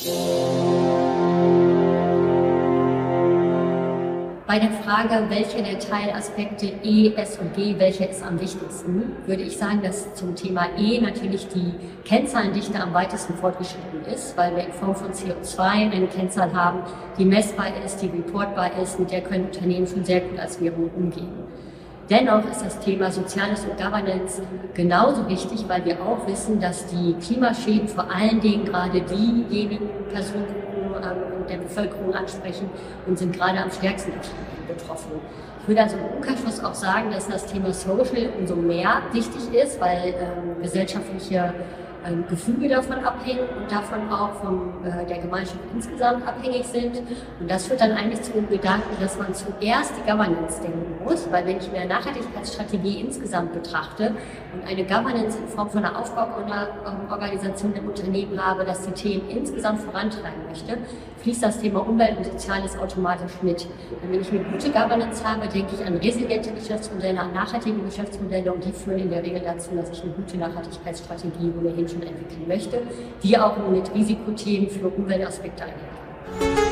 Bei der Frage, welche der Teilaspekte E, S und G, welche ist am wichtigsten, würde ich sagen, dass zum Thema E natürlich die Kennzahlendichte am weitesten fortgeschritten ist, weil wir in Form von CO2 eine Kennzahl haben, die messbar ist, die reportbar ist, mit der können Unternehmen schon sehr gut als Währung umgehen. Dennoch ist das Thema Soziales und Governance genauso wichtig, weil wir auch wissen, dass die Klimaschäden vor allen Dingen gerade diejenigen Personengruppen der Bevölkerung ansprechen und sind gerade am stärksten betroffen. Ich würde also im Umkehrschluss auch sagen, dass das Thema Social umso mehr wichtig ist, weil gesellschaftliche Gefüge davon abhängen und davon auch von der Gemeinschaft insgesamt abhängig sind. Und das führt dann eigentlich zu dem Gedanken, dass man zuerst die Governance denken muss, weil wenn ich mir eine Nachhaltigkeitsstrategie insgesamt betrachte und eine Governance in Form von einer Aufbauorganisation im Unternehmen habe, das die Themen insgesamt vorantreiben möchte, fließt das Thema Umwelt und Soziales automatisch mit. Und wenn ich eine gute Governance habe, denke ich an resiliente Geschäftsmodelle, an nachhaltige Geschäftsmodelle und die führen in der Regel dazu, dass ich eine gute Nachhaltigkeitsstrategie ohnehin schon entwickeln möchte, die auch mit Risikothemen für Umweltaspekte eingeht.